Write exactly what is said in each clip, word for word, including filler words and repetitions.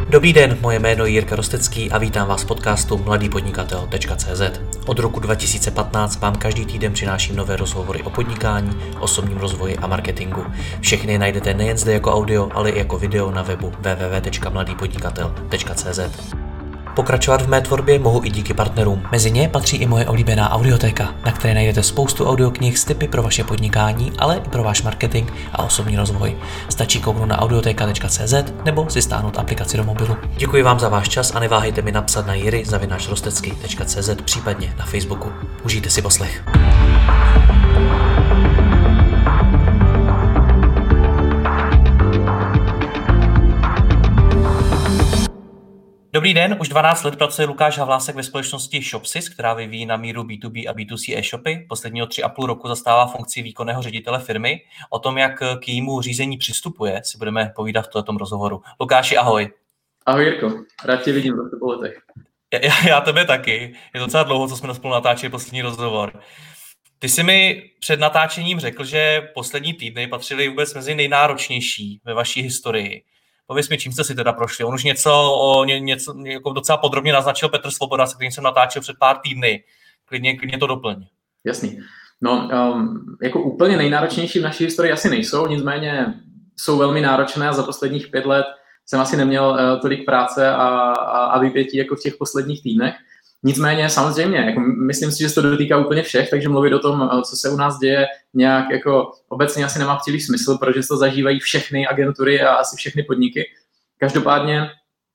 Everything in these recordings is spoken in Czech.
Dobrý den, moje jméno je Jirka Rostecký a vítám vás v podcastu mladý podnikatel tečka cé zet. Od roku dva tisíce patnáct vám každý týden přináším nové rozhovory o podnikání, osobním rozvoji a marketingu. Všechny najdete nejen zde jako audio, ale i jako video na webu w w w tečka mladý podnikatel tečka cé zet. Pokračovat v mé tvorbě mohu i díky partnerům. Mezi ně patří i moje oblíbená audiotéka, na které najdete spoustu audioknih s tipy pro vaše podnikání, ale i pro váš marketing a osobní rozvoj. Stačí kouknout na audioteka tečka cé zet nebo si stáhnout aplikaci do mobilu. Děkuji vám za váš čas a neváhejte mi napsat na jiry zavináč rostecký tečka cé zet, případně na Facebooku. Užijte si poslech. Dobrý den, už dvanáct let pracuje Lukáš Havlásek ve společnosti Shopsys, která vyvíjí na míru bé dvě bé a bé dvě cé e-shopy. Posledního tři a půl roku zastává funkci výkonného ředitele firmy. O tom, jak k jejímu řízení přistupuje, si budeme povídat v tomto rozhovoru. Lukáši, ahoj. Ahoj Jirko, rád tě vidím zase po letech. Já, já tebe taky. Je to docela dlouho, co jsme spolu natáčeli poslední rozhovor. Ty jsi mi před natáčením řekl, že poslední týdny patřily vůbec mezi nejnáročnější ve vaší historii. Pověz mi, čím jste si teda prošli. On už něco, o, ně, něco jako docela podrobně naznačil Petr Svoboda, se kterým jsem natáčel před pár týdny. Klidně, klidně to doplň. Jasný. No, um, jako úplně nejnáročnější v naší historii asi nejsou, nicméně jsou velmi náročné a za posledních pět let jsem asi neměl uh, tolik práce a, a, a vypětí jako v těch posledních týdnech. Nicméně samozřejmě, jako myslím si, že se to dotýká úplně všech, takže mluvit o tom, co se u nás děje, nějak jako obecně asi nemá příliš smysl, protože to zažívají všechny agentury a asi všechny podniky. Každopádně,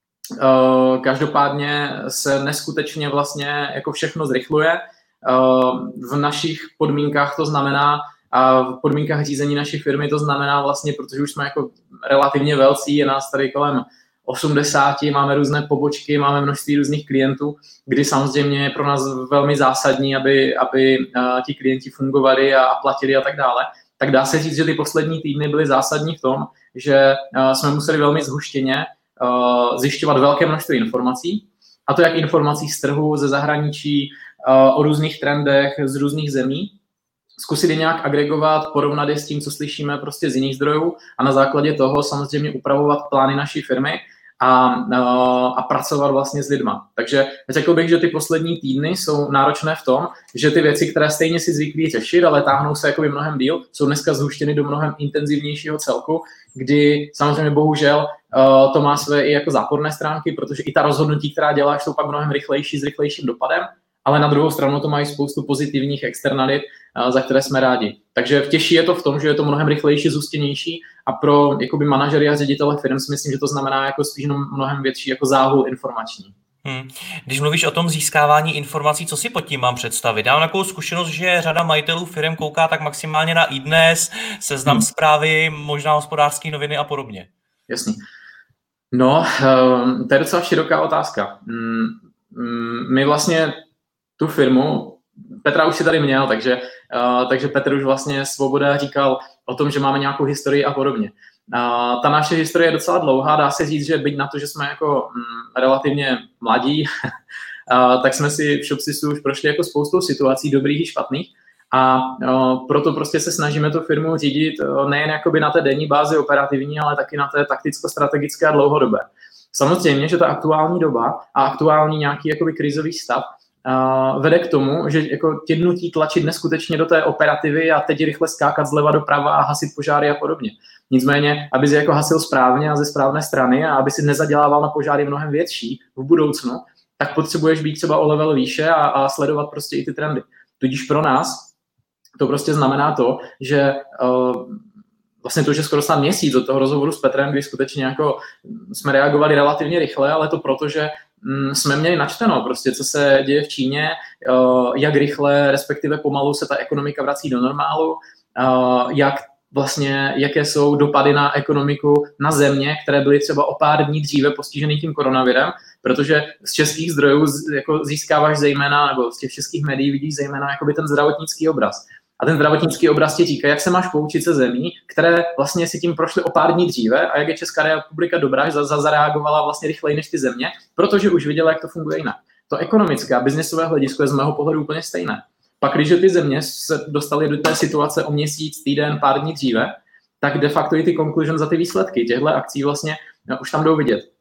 uh, každopádně se neskutečně vlastně jako všechno zrychluje. Uh, v našich podmínkách to znamená, a v podmínkách řízení naší firmy to znamená vlastně, protože už jsme jako relativně velcí, je nás tady kolem osmdesáti, máme různé pobočky, máme množství různých klientů, kdy samozřejmě je pro nás velmi zásadní, aby, aby uh, ti klienti fungovali a, a platili a tak dále. Tak dá se říct, že ty poslední týdny byly zásadní v tom, že uh, jsme museli velmi zhuštěně uh, zjišťovat velké množství informací, a to jak informací z trhu, ze zahraničí, uh, o různých trendech z různých zemí, zkusit je nějak agregovat, porovnat je s tím, co slyšíme prostě z jiných zdrojů a na základě toho samozřejmě upravovat plány naší firmy a, a pracovat vlastně s lidma. Takže řekl bych, že ty poslední týdny jsou náročné v tom, že ty věci, které stejně si zvyklí řešit, ale táhnou se jakoby mnohem díl, jsou dneska zhuštěny do mnohem intenzivnějšího celku, kdy samozřejmě bohužel to má své i jako záporné stránky, protože i ta rozhodnutí, která děláš, jsou pak mnohem rychlejší s rychlejším dopadem, ale na druhou stranu to mají spoustu pozitivních externalit, za které jsme rádi. Takže těžší je to v tom, že je to mnohem rychlejší, zhustěnější a pro jakoby manažery a ředitele firm si myslím, že to znamená jako spíš mnohem větší jako záhul informační. Hmm. Když mluvíš o tom získávání informací, co si pod tím mám představit? Já mám takovou zkušenost, že řada majitelů firm kouká tak maximálně na iDnes, Seznam hmm. Zprávy, možná Hospodářské noviny a podobně. Jasně. No, to je docela široká otázka. My vlastně tu firmu, Petra už si tady měl, takže, uh, takže Petr už vlastně Svoboda říkal o tom, že máme nějakou historii a podobně. Uh, ta naše historie je docela dlouhá, dá se říct, že byť na to, že jsme jako mm, relativně mladí, uh, tak jsme si v Shopsysu už prošli jako spoustou situací dobrých i špatných a uh, proto prostě se snažíme tu firmu řídit uh, nejen jakoby na té denní bázi operativní, ale taky na té takticko-strategické a dlouhodobé. Samozřejmě, že ta aktuální doba a aktuální nějaký jakoby krizový stav Uh, vede k tomu, že jako tě nutí tlačit neskutečně do té operativy a teď rychle skákat zleva doprava a hasit požáry a podobně. Nicméně, aby si jako hasil správně a ze správné strany a aby si nezadělával na požáry mnohem větší v budoucnu, tak potřebuješ být třeba o level výše a, a sledovat prostě i ty trendy. Tudíž pro nás to prostě znamená to, že uh, vlastně to, že skoro snad měsíc od toho rozhovoru s Petrem, kdy skutečně jako jsme reagovali relativně rychle, ale to proto, že jsme měli načteno prostě, co se děje v Číně, jak rychle, respektive pomalu se ta ekonomika vrací do normálu, jak vlastně, jaké jsou dopady na ekonomiku na země, které byly třeba o pár dní dříve postiženy tím koronavirem, protože z českých zdrojů jako získáváš zejména, nebo z těch českých médií vidíš zejména jakoby ten zdravotnický obraz. A ten zdravotnický obraz ti říká, jak se máš poučit se zemí, které vlastně si tím prošly o pár dní dříve a jak je Česká republika dobrá, že zareagovala vlastně rychleji než ty země, protože už viděla, jak to funguje jinak. To ekonomické a biznesové hledisko je z mého pohledu úplně stejné. Pak, když ty země se dostaly do té situace o měsíc, týden, pár dní dříve, tak de facto i ty conclusion za ty výsledky těchto akcí vlastně no, už tam jdou vidět.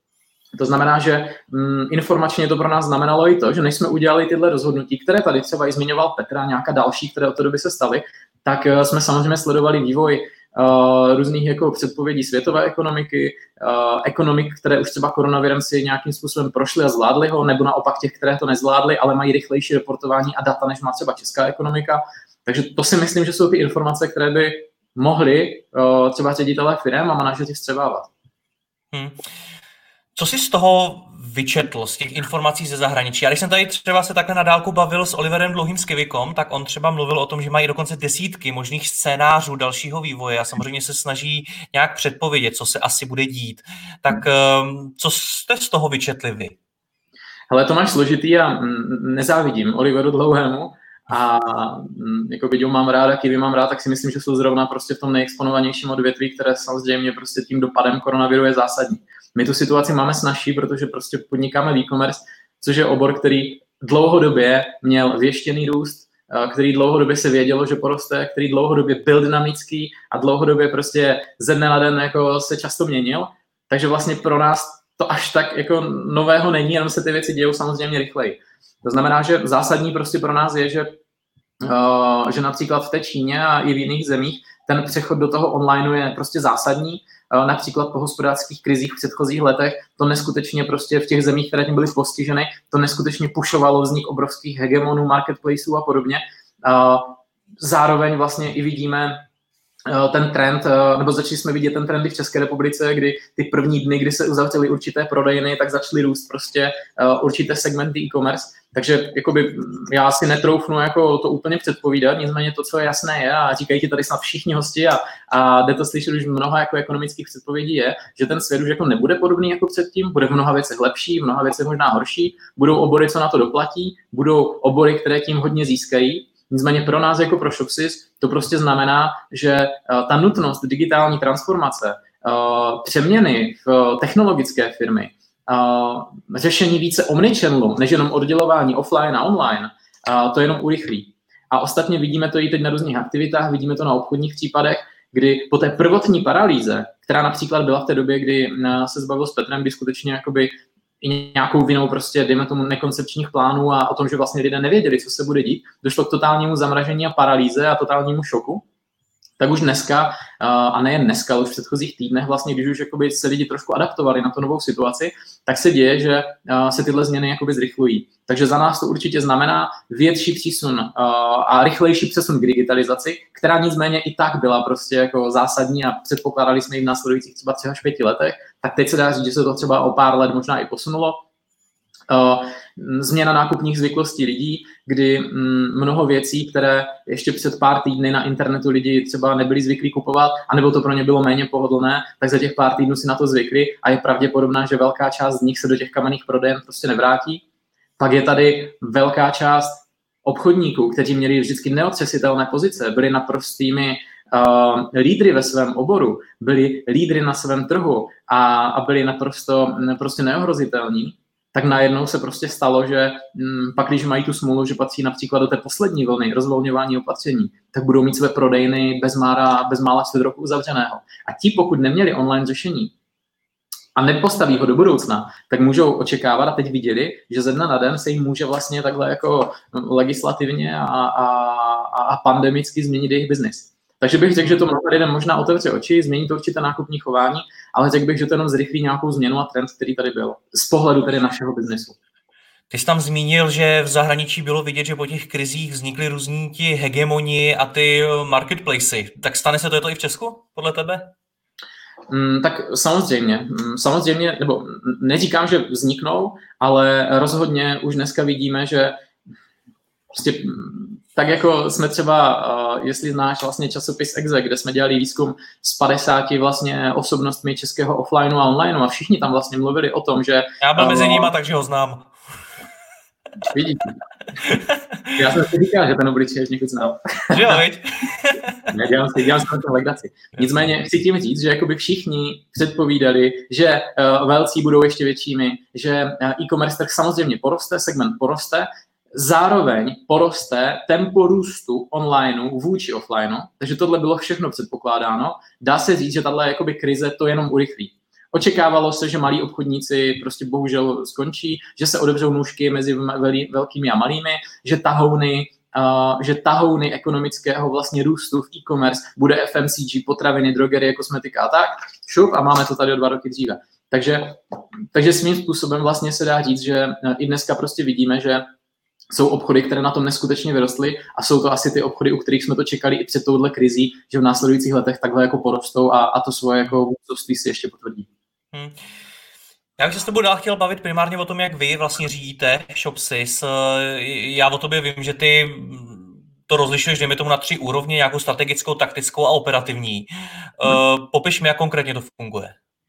To znamená, že mm, informačně to pro nás znamenalo i to, že než jsme udělali tyhle rozhodnutí, které tady třeba i zmiňoval Petr a nějaká další, které od té doby se staly, tak uh, jsme samozřejmě sledovali vývoj uh, různých jako předpovědí světové ekonomiky, uh, ekonomik, které už třeba koronavirem si nějakým způsobem prošly a zvládly ho, nebo naopak těch, které to nezvládly, ale mají rychlejší reportování a data, než má třeba česká ekonomika. Takže to si myslím, že jsou ty informace, které by mohly uh, třeba ředitelé firem a manažeři vstřebávat. Hmm. Co jsi z toho vyčetl, z těch informací ze zahraničí? Já když jsem tady třeba se takhle na dálku bavil s Oliverem Dlouhým z Kivikom, tak on třeba mluvil o tom, že mají dokonce desítky možných scénářů dalšího vývoje a samozřejmě se snaží nějak předpovědět, co se asi bude dít. Tak co jste z toho vyčetli vy? Hele, to máš složitý a nezávidím Oliveru Dlouhému a jako byť ho mám rád a Kivy mám rád, tak si myslím, že jsou zrovna prostě v tom nejexponovanějším odvětví, které samozřejmě prostě tím dopadem koronaviru je zásadní. My tu situaci máme snazší, protože prostě podnikáme e-commerce, což je obor, který dlouhodobě měl věštěný růst, který dlouhodobě se vědělo, že poroste, který dlouhodobě byl dynamický a dlouhodobě prostě ze dne na den jako se často měnil. Takže vlastně pro nás to až tak jako nového není, jenom se ty věci dějou samozřejmě rychleji. To znamená, že zásadní prostě pro nás je, že, uh, že například v té Číně a i v jiných zemích ten přechod do toho online je prostě zásadní. Uh, například po hospodářských krizích v předchozích letech to neskutečně prostě v těch zemích, které tím byly postiženy, to neskutečně pušovalo vznik obrovských hegemonů, marketplaceů a podobně. Uh, zároveň vlastně i vidíme ten trend, nebo začali jsme vidět ten trend v České republice, kdy ty první dny, kdy se uzavřely určité prodejny, tak začaly růst prostě určité segmenty e-commerce. Takže jakoby, já si netroufnu jako to úplně předpovídat, nicméně to, co je jasné je, a říkají ti tady snad všichni hosti a, a jde to slyšet už mnoha jako ekonomických předpovědí je, že ten svět už jako nebude podobný jako předtím, bude v mnoha věcech lepší, v mnoha věcech možná horší, budou obory, co na to doplatí, budou obory, které tím hodně získají. Nicméně pro nás jako pro Shopsys to prostě znamená, že uh, ta nutnost digitální transformace, uh, přeměny v technologické firmy, uh, řešení více omnichannelu, než jenom oddělování offline a online, uh, to jenom urychlí. A ostatně vidíme to i teď na různých aktivitách, vidíme to na obchodních případech, kdy po té prvotní paralýze, která například byla v té době, kdy uh, se zbavil s Petrem, kdy skutečně jakoby i nějakou vinou prostě, dejme tomu, nekoncepčních plánů a o tom, že vlastně lidé nevěděli, co se bude dít, došlo k totálnímu zamražení a paralýze a totálnímu šoku, tak už dneska, a nejen dneska, ale už v předchozích týdnech vlastně, když už jakoby se lidi trošku adaptovali na tu novou situaci, tak se děje, že se tyhle změny jakoby zrychlují. Takže za nás to určitě znamená větší přísun a rychlejší přesun k digitalizaci, která nicméně i tak byla prostě jako zásadní a předpokládali jsme ji v následujících třeba tři až pěti letech, tak teď se dá říct, že se to třeba o pár let možná i posunulo. Změna nákupních zvyklostí lidí, kdy mnoho věcí, které ještě před pár týdny na internetu lidi třeba nebyli zvyklí kupovat, anebo to pro ně bylo méně pohodlné, tak za těch pár týdnů si na to zvykli a je pravděpodobná, že velká část z nich se do těch kamenných prodejen prostě nevrátí. Pak je tady velká část obchodníků, kteří měli vždycky neotřesitelné pozice, byli naprostými uh, lídry ve svém oboru, byli lídry na svém trhu a, a byli naprosto prostě neohrozitelní. Tak najednou se prostě stalo, že m, pak, když mají tu smůlu, že patří například do té poslední vlny rozvolňování opatření, tak budou mít své prodejny bez mála, bez mála čtvrt roku uzavřeného. A ti, pokud neměli online řešení a nepostaví ho do budoucna, tak můžou očekávat a teď viděli, že ze dne na den se jim může vlastně takhle jako legislativně a, a, a pandemicky změnit jejich biznis. Takže bych řekl, že to mnoha lidem možná otevře oči, změní to určité nákupní chování, ale řekl bych, že to jenom zrychlí nějakou změnu a trend, který tady byl, z pohledu tedy našeho biznesu. Ty jsi tam zmínil, že v zahraničí bylo vidět, že po těch krizích vznikly různí ti hegemoni a ty marketplacy. Tak stane se to, je to i v Česku, podle tebe? Mm, tak samozřejmě, samozřejmě, nebo neříkám, že vzniknou, ale rozhodně už dneska vidíme, že prostě tak jako jsme třeba, uh, jestli znáš vlastně časopis Exe, kde jsme dělali výzkum s padesáti vlastně osobnostmi českého offlineu a onlineu a všichni tam vlastně mluvili o tom, že... Já byl uh, mezi nima, takže ho znám. Vidíte. Já jsem si říkal, že ten obličej někud znám. Že jo, viď? Ne, dělám si, dělám si na tom legraci. Nicméně chci tím říct, že jakoby všichni předpovídali, že uh, velcí budou ještě většími, že uh, e-commerce trh samozřejmě poroste, segment poroste, zároveň poroste tempo růstu onlineu vůči offlineu, takže tohle bylo všechno předpokládáno. Dá se říct, že tahle jakoby krize to jenom urychlí. Očekávalo se, že malí obchodníci prostě bohužel skončí, že se odevřou nůžky mezi velkými a malými, že tahouny, uh, že tahouny ekonomického vlastně růstu v e-commerce bude F M C G, potraviny, drogerie, kosmetika a tak. Šup a máme to tady o dva roky dříve. Takže, takže svým způsobem vlastně se dá říct, že i dneska prostě vidíme, že jsou obchody, které na tom neskutečně vyrostly a jsou to asi ty obchody, u kterých jsme to čekali i před touhle krizí, že v následujících letech takhle jako porostou a, a to svoje jako vůdcovství si ještě potvrdí. Hmm. Já bych se s tebou dál chtěl bavit primárně o tom, jak vy vlastně řídíte ShopSys. Já o tobě vím, že ty to rozlišuješ, dejme tomu, na tři úrovně, nějakou strategickou, taktickou a operativní. Hmm. Popiš mi, jak konkrétně to funguje.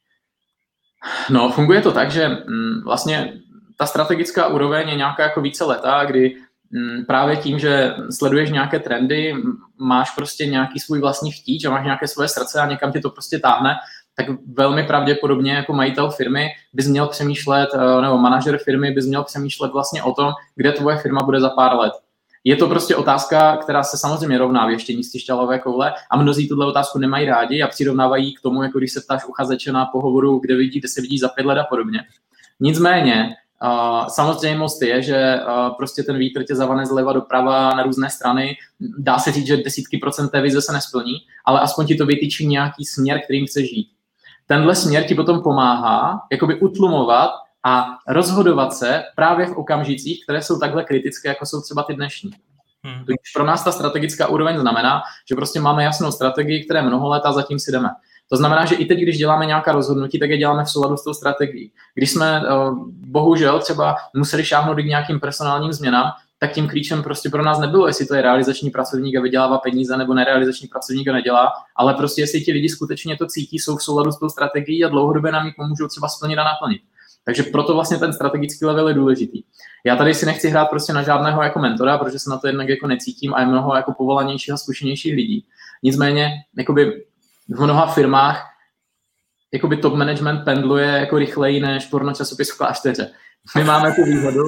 No, funguje to tak, že mm, vlastně ta strategická úroveň je nějaká jako více letá, kdy mm, právě tím, že sleduješ nějaké trendy, máš prostě nějaký svůj vlastní chtíč a máš nějaké svoje srdce a někam tě to prostě táhne, tak velmi pravděpodobně jako majitel firmy bys měl přemýšlet, nebo manažer firmy bys měl přemýšlet vlastně o tom, kde tvoje firma bude za pár let. Je to prostě otázka, která se samozřejmě rovná věštění z šťalové koule a mnozí tuhle otázku nemají rádi a přirovnávají k tomu, jako když se ptáš uchazeče na pohovoru, kde vidí, kde se vidí za pět let a podobně. Nicméně, uh, samozřejmost je, že uh, prostě ten vítr tě zavane zleva doprava na různé strany. Dá se říct, že desítky procent té vize se nesplní, ale aspoň ti to vytýčí nějaký směr, kterým chceš žít. Tenhle směr ti potom pomáhá jakoby utlumovat a rozhodovat se právě v okamžicích, které jsou takhle kritické, jako jsou třeba ty dnešní. Hmm. Tudíž pro nás ta strategická úroveň znamená, že prostě máme jasnou strategii, které mnoho let a zatím si jdeme. To znamená, že i teď, když děláme nějaká rozhodnutí, tak je děláme v souladu s tou strategií. Když jsme bohužel třeba museli šáhnout k nějakým personálním změnám, tak tím klíčem prostě pro nás nebylo, jestli to je realizační pracovník a vydělává peníze, nebo nerealizační pracovník a nedělá, ale prostě jestli ti lidi skutečně to cítí, jsou v souladu s tou strategií a dlouhodobě nám ji pomůžou třeba splnit a naplnit. Takže proto vlastně ten strategický level je důležitý. Já tady si nechci hrát prostě na žádného jako mentora, protože se na to jednak jako necítím a je mnoho jako povolanějších a zkušenějších lidí. Nicméně jakoby v mnoha firmách jakoby top management pendluje jako rychleji než pornočasopis v klášteře. My máme tu výhodu,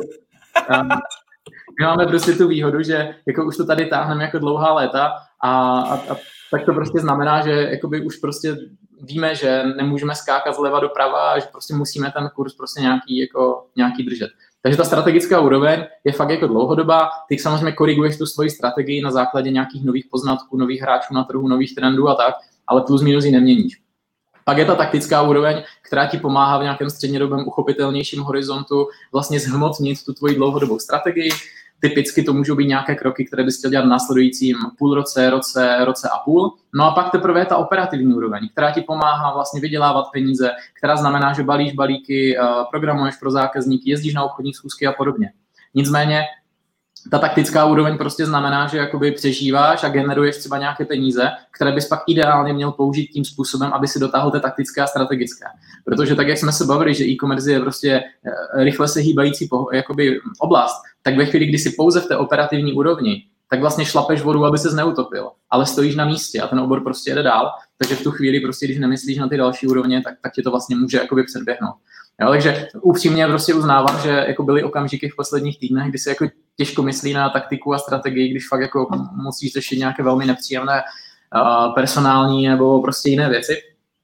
my máme prostě tu výhodu, že jako už to tady táhneme jako dlouhá léta a, a, a tak to prostě znamená, že jakoby už prostě víme, že nemůžeme skákat zleva doprava a že prostě musíme ten kurz prostě nějaký, jako, nějaký držet. Takže ta strategická úroveň je fakt jako dlouhodobá. Ty samozřejmě koriguješ tu svoji strategii na základě nějakých nových poznatků, nových hráčů na trhu, nových trendů a tak, ale plus minus ji neměníš. Pak je ta taktická úroveň, která ti pomáhá v nějakém střednědobém uchopitelnějším horizontu vlastně zhmotnit tu tvoji dlouhodobou strategii. Typicky to můžou být nějaké kroky, které bys chtěl dělat v následujícím půl roce, roce, roce a půl. No a pak teprve je ta operativní úroveň, která ti pomáhá vlastně vydělávat peníze, která znamená, že balíš balíky, programuješ pro zákazníky, jezdíš na obchodní schůzky a podobně. Nicméně ta taktická úroveň prostě znamená, že jakoby přežíváš a generuješ třeba nějaké peníze, které bys pak ideálně měl použít tím způsobem, aby si dotáhl té taktické a strategické. Protože tak, jak jsme se bavili, že e-commerce je prostě rychle se hýbající jakoby oblast, tak ve chvíli, kdy jsi pouze v té operativní úrovni, tak vlastně šlapeš vodu, aby ses neutopil, ale stojíš na místě a ten obor prostě jede dál, takže v tu chvíli prostě, když nemyslíš na ty další úrovně, tak, tak tě to vlastně může jakoby předběhnout. Jo, takže upřímně prostě uznávám, že jako byly okamžiky v posledních týdnech, kdy se jako těžko myslí na taktiku a strategii, když fakt jako musíš řešit nějaké velmi nepříjemné uh, personální nebo prostě jiné věci.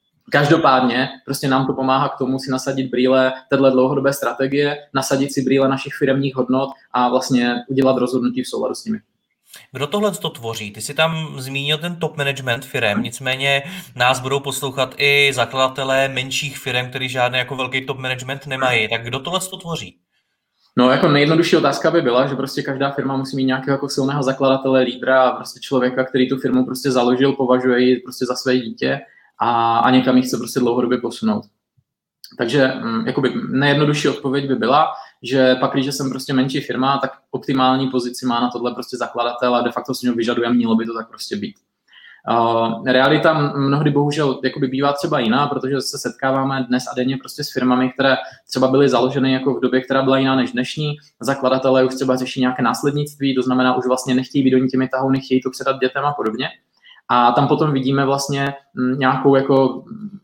Každopádně prostě nám to pomáhá k tomu si nasadit brýle téhle dlouhodobé strategie, nasadit si brýle našich firemních hodnot a vlastně udělat rozhodnutí v souladu s nimi. Kdo tohle to tvoří? Ty jsi tam zmínil ten top management firem, nicméně nás budou poslouchat i zakladatelé menších firem, kteří žádný jako velký top management nemají. Tak kdo tohle to tvoří? No jako nejjednodušší otázka by byla, že prostě každá firma musí mít nějakého jako silného zakladatele, lídra a prostě člověka, který tu firmu prostě založil, považuje ji prostě za své dítě a, a někam ji chce prostě dlouhodobě posunout. Takže hm, jakoby nejjednodušší odpověď by byla, že pak, když jsem prostě menší firma, tak optimální pozici má na tohle prostě zakladatel a de facto si něho vyžaduje, mělo by to tak prostě být. Uh, realita mnohdy bohužel jakoby bývá třeba jiná, protože se setkáváme dnes a denně prostě s firmami, které třeba byly založeny jako v době, která byla jiná než dnešní. Zakladatelé už třeba řeší nějaké následnictví, to znamená, už vlastně nechtějí být do těmi tahouny, chtějí to předat dětem a podobně. A tam potom vidíme vlastně nějakou jako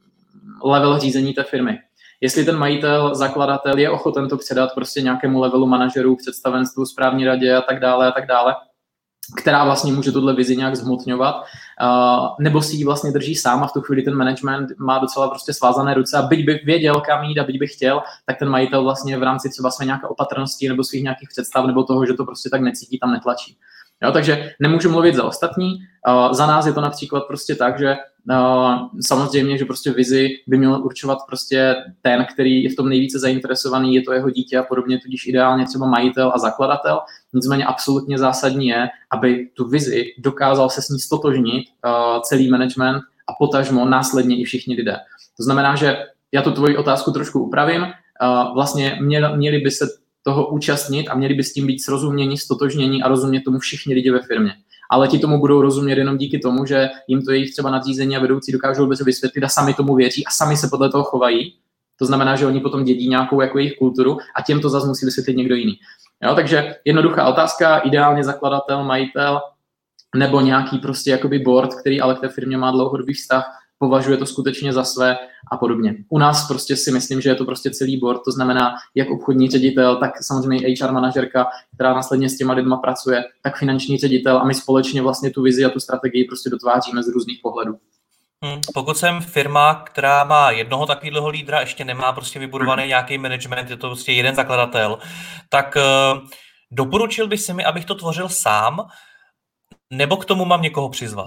level řízení té firmy. Jestli ten majitel, zakladatel je ochoten to předat prostě nějakému levelu manažerů, představenstvu, správní radě a tak dále a tak dále, která vlastně může tuhle vizi nějak zhmotňovat, uh, nebo si ji vlastně drží sám a v tu chvíli ten management má docela prostě svázané ruce a byť by věděl, kam jít a byť by chtěl, tak ten majitel vlastně v rámci třeba své nějaké opatrnosti nebo svých nějakých představ nebo toho, že to prostě tak necítí, tam netlačí. Jo, takže nemůžu mluvit za ostatní. Uh, za nás je to například prostě tak, že uh, samozřejmě, že prostě vizi by měl určovat prostě ten, který je v tom nejvíce zainteresovaný, je to jeho dítě a podobně, tudíž ideálně třeba majitel a zakladatel. Nicméně absolutně zásadní je, aby tu vizi dokázal se s ní stotožnit uh, celý management a potažmo následně i všichni lidé. To znamená, že já tu tvoji otázku trošku upravím. Uh, vlastně měl, měli by se toho účastnit a měli by s tím být srozumění, stotožnění a rozumět tomu všichni lidi ve firmě. Ale ti tomu budou rozumět jenom díky tomu, že jim to jejich třeba nadřízení a vedoucí dokážou vysvětlit a sami tomu věří a sami se podle toho chovají. To znamená, že oni potom dědí nějakou jako jejich kulturu a těm to zase musí vysvětlit někdo jiný. Jo, takže jednoduchá otázka, ideálně zakladatel, majitel nebo nějaký prostě jakoby board, který ale k té firmě má dlouhodobý vztah, považuje to skutečně za své a podobně. U nás prostě si myslím, že je to prostě celý board, to znamená jak obchodní ředitel, tak samozřejmě H R manažerka, která následně s těma lidma pracuje, tak finanční ředitel a my společně vlastně tu vizi a tu strategii prostě dotváříme z různých pohledů. Hmm, pokud jsem firma, která má jednoho takového lídra, ještě nemá prostě vybudovaný hmm. nějaký management, je to prostě jeden zakladatel, tak uh, doporučil bych si mi, abych to tvořil sám, nebo k tomu mám někoho přizvat?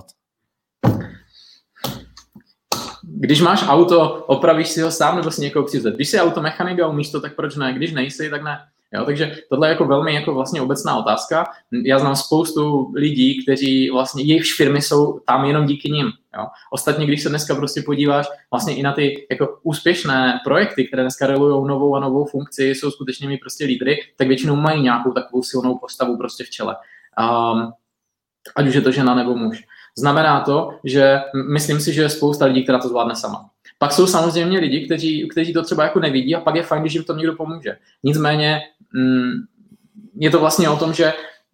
Když máš auto, opravíš si ho sám nebo si někoho přizvat. Když jsi automechanik a umíš to, tak proč ne? Když nejsi, tak ne. Jo, takže tohle je jako velmi jako vlastně obecná otázka. Já znám spoustu lidí, kteří vlastně, jejich firmy jsou tam jenom díky nim. Jo. Ostatně, když se dneska prostě podíváš vlastně i na ty jako úspěšné projekty, které dneska relujou novou a novou funkci, jsou skutečnými prostě lídry, tak většinou mají nějakou takovou silnou postavu prostě v čele. Um, ať už je to žena nebo muž. Znamená to, že myslím si, že je spousta lidí, která to zvládne sama. Pak jsou samozřejmě lidi, kteří, kteří to třeba jako nevidí a pak je fajn, když jim v tom někdo pomůže. Nicméně mm, je to vlastně o tom, že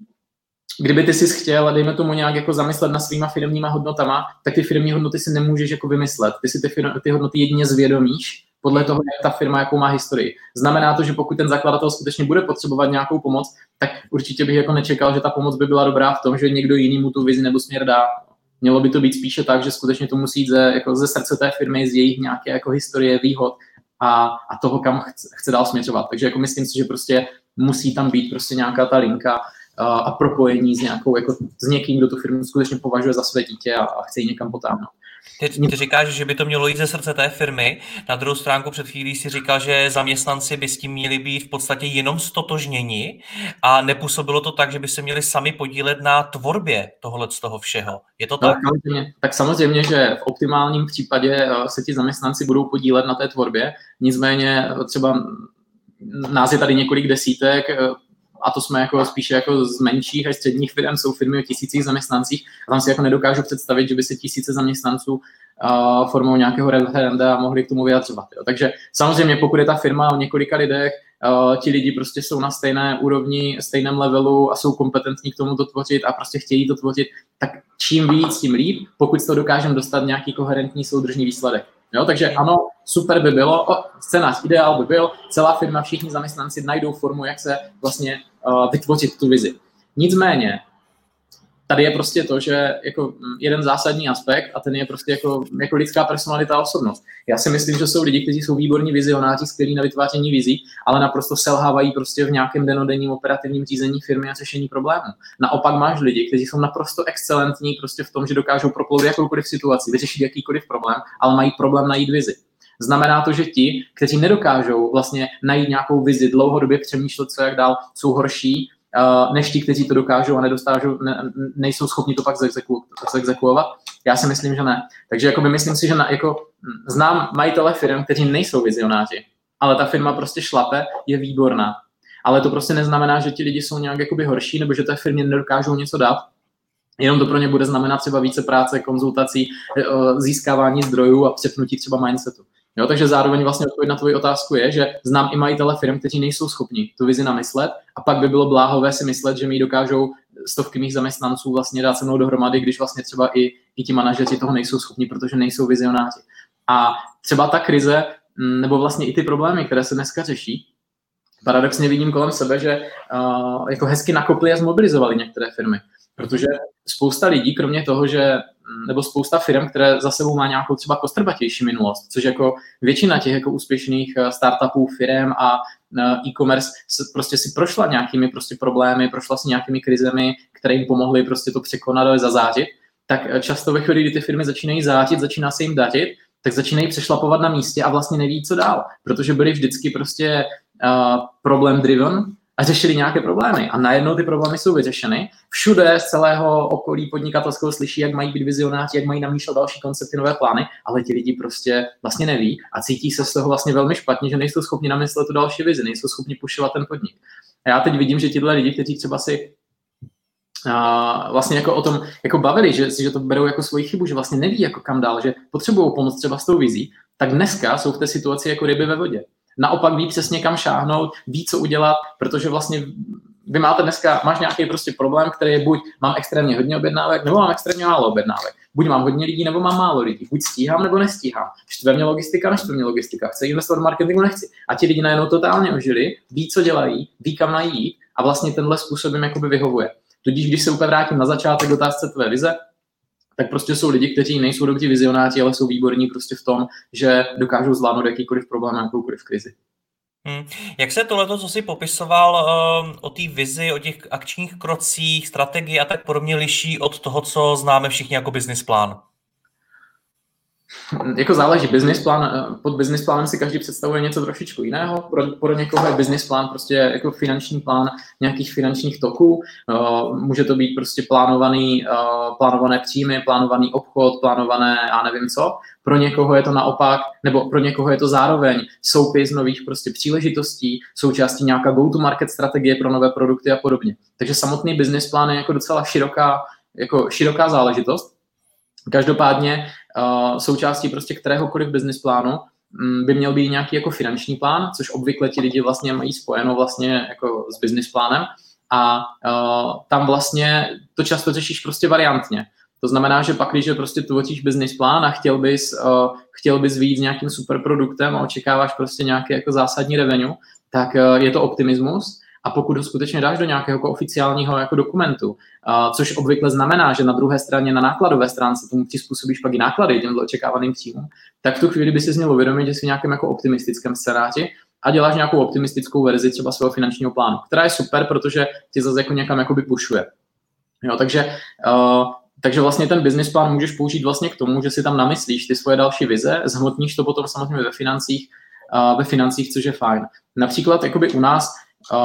kdyby ty jsi chtěl, dejme tomu nějak jako zamyslet nad svýma firmníma hodnotama, tak ty firmní hodnoty si nemůžeš jako vymyslet. Ty si ty, firm, ty hodnoty jedině zvědomíš podle toho, jak ta firma, jakou má historii. Znamená to, že pokud ten zakladatel skutečně bude potřebovat nějakou pomoc, tak určitě bych jako nečekal, že ta pomoc by byla dobrá v tom, že někdo jiný mu tu vizi nebo směr dá. Mělo by to být spíše tak, že skutečně to musí jít ze, jako ze srdce té firmy, z jejich nějaké jako historie, výhod a, a toho, kam chce, chce dál směřovat. Takže jako myslím si, že prostě musí tam být prostě nějaká ta linka a, a propojení s, nějakou, jako, s někým, kdo tu firmu skutečně považuje za své dítě a, a chce ji někam potáhnout. Ty, ty říkáš, že by to mělo jít ze srdce té firmy. Na druhou stránku před chvílí si říkal, že zaměstnanci by s tím měli být v podstatě jenom stotožněni a nepůsobilo to tak, že by se měli sami podílet na tvorbě tohle z toho všeho. Je to tak? Tak samozřejmě, tak samozřejmě, že v optimálním případě se ti zaměstnanci budou podílet na té tvorbě. Nicméně třeba nás je tady několik desítek, a to jsme jako spíše jako z menších až středních firm, jsou firmy o tisících zaměstnancích a tam si jako nedokážu představit, že by se tisíce zaměstnanců uh, formou nějakého referenda mohli k tomu vyjadřovat. Jo. Takže samozřejmě, pokud je ta firma o několika lidech, uh, ti lidi prostě jsou na stejné úrovni, stejném levelu a jsou kompetentní k tomu to tvořit a prostě chtějí to tvořit, tak čím víc, tím líp, pokud to dokážeme dostat nějaký koherentní soudržný výsledek. Jo, takže ano, super by bylo, o, scénář ideál by byl, celá firma, všichni zaměstnanci najdou formu, jak se vlastně uh, vytvořit tu vizi. Nicméně, tady je prostě to, že jako jeden zásadní aspekt a ten je prostě jako, jako lidská personalita a osobnost. Já si myslím, že jsou lidi, kteří jsou výborní vizionáři, skvělí na vytváření vizí, ale naprosto selhávají prostě v nějakém denodenním operativním řízení firmy a řešení problémů. Naopak máš lidi, kteří jsou naprosto excelentní prostě v tom, že dokážou proplout jakoukoliv situaci, vyřešit jakýkoliv problém, ale mají problém najít vizi. Znamená to, že ti, kteří nedokážou vlastně najít nějakou vizi, dlouhodobě přemýšlet, co jak dál, jsou horší, Uh, než ti, kteří to dokážou a nedostážou, ne, nejsou schopni to pak zexekuovat. Já si myslím, že ne. Takže jako by myslím si, že na, jako, znám majitele firm, kteří nejsou vizionáři, ale ta firma prostě šlape, je výborná. Ale to prostě neznamená, že ti lidi jsou nějak jakoby horší nebo že té firmě nedokážou něco dát. Jenom to pro ně bude znamenat třeba více práce, konzultací, získávání zdrojů a přepnutí třeba mindsetu. Jo, takže zároveň vlastně odpověď na tvoji otázku je, že znám i majitele firm, kteří nejsou schopni tu vizi namyslet a pak by bylo bláhové si myslet, že mi dokážou stovky mých zaměstnanců vlastně dát se mnou dohromady, když vlastně třeba i, i ti manažeři toho nejsou schopni, protože nejsou vizionáři. A třeba ta krize, nebo vlastně i ty problémy, které se dneska řeší, paradoxně vidím kolem sebe, že uh, jako hezky nakopli a zmobilizovali některé firmy. Protože spousta lidí, kromě toho, že, nebo spousta firm, které za sebou má nějakou třeba kostrbatější minulost, což jako většina těch jako úspěšných startupů, firm a e-commerce prostě si prošla nějakými prostě problémy, prošla si nějakými krizemi, které jim pomohly prostě to překonat a zazářit, tak často ve chvíli, kdy ty firmy začínají zářit, začíná se jim dařit, tak začínají přešlapovat na místě a vlastně neví, co dál, protože byli vždycky prostě uh, problem driven a řešili nějaké problémy a najednou ty problémy jsou vyřešeny. Všude z celého okolí podnikatelského slyší, jak mají být vizionáři, jak mají namýšlet další koncepty, nové plány, ale ti lidi prostě vlastně neví a cítí se z toho vlastně velmi špatně, že nejsou schopni namyslet tu další vizi, nejsou schopni pušovat ten podnik. A já teď vidím, že tihle lidi, kteří třeba si Uh, vlastně jako o tom jako bavili, že, že to berou jako svoji chybu, že vlastně neví jako kam dál, že potřebují pomoct třeba s tou vizí, tak dneska jsou v té situaci jako ryby ve vodě. Naopak ví přesně kam šáhnout, ví co udělat, protože vlastně vy máte dneska, máš nějaký prostě problém, který je buď mám extrémně hodně objednávek, nebo mám extrémně málo objednávek. Buď mám hodně lidí, nebo mám málo lidí. Buď stíhám, nebo nestíhám. Štve mě logistika, neštve mě logistika. Chci investovat do marketingu, nechci. A ti lidi najednou totálně ožili, ví, co dělají, ví, kam mají jít a vlastně tenhle způsob jim jakoby vyhovuje. Tudíž, když se úplně vrátím na začátek otázce tvé vize, tak prostě jsou lidi, kteří nejsou dobří vizionáři, ale jsou výborní prostě v tom, že dokážou zvládnout jakýkoliv problém, jakoukoliv krizi. Hmm. Jak se tohleto, co jsi popisoval um, o té vizi, o těch akčních krocích, strategii a tak podobně liší od toho, co známe všichni jako business plán? Jako záleží, business plán, pod business plánem si každý představuje něco trošičku jiného. Pro, pro někoho je business plán prostě jako finanční plán nějakých finančních toků. Uh, může to být prostě plánovaný, uh, plánované příjmy, plánovaný obchod, plánované já nevím co. Pro někoho je to naopak, nebo pro někoho je to zároveň soupis nových prostě příležitostí, součástí nějaká go-to-market strategie pro nové produkty a podobně. Takže samotný business plán je jako docela široká, jako široká záležitost. Každopádně uh, součástí prostě kteréhokoliv business plánu um, by měl být nějaký jako finanční plán, což obvykle ti lidi vlastně mají spojeno vlastně jako s business plánem a uh, tam vlastně to často řešíš prostě variantně. To znamená, že pak, když prostě tvoříš business plán a chtěl bys, uh, chtěl bys vyjít s nějakým super produktem a očekáváš prostě nějaký jako zásadní revenue, tak uh, je to optimismus. A pokud ho skutečně dáš do nějakého jako oficiálního jako dokumentu, uh, což obvykle znamená, že na druhé straně na nákladové stránce tomu přizpůsobíš pak i náklady těm očekávaným příjmům, tak v tu chvíli by si měl uvědomit, že jsi v nějakém jako optimistickém scénáři a děláš nějakou optimistickou verzi třeba svého finančního plánu, která je super, protože ti zase jako někam jakoby pušuje. Jo, takže, uh, takže vlastně ten business plán můžeš použít vlastně k tomu, že si tam namyslíš ty svoje další vize, zhmotníš to potom samozřejmě ve financích, uh, ve financích, což je fajn. Například jakoby u nás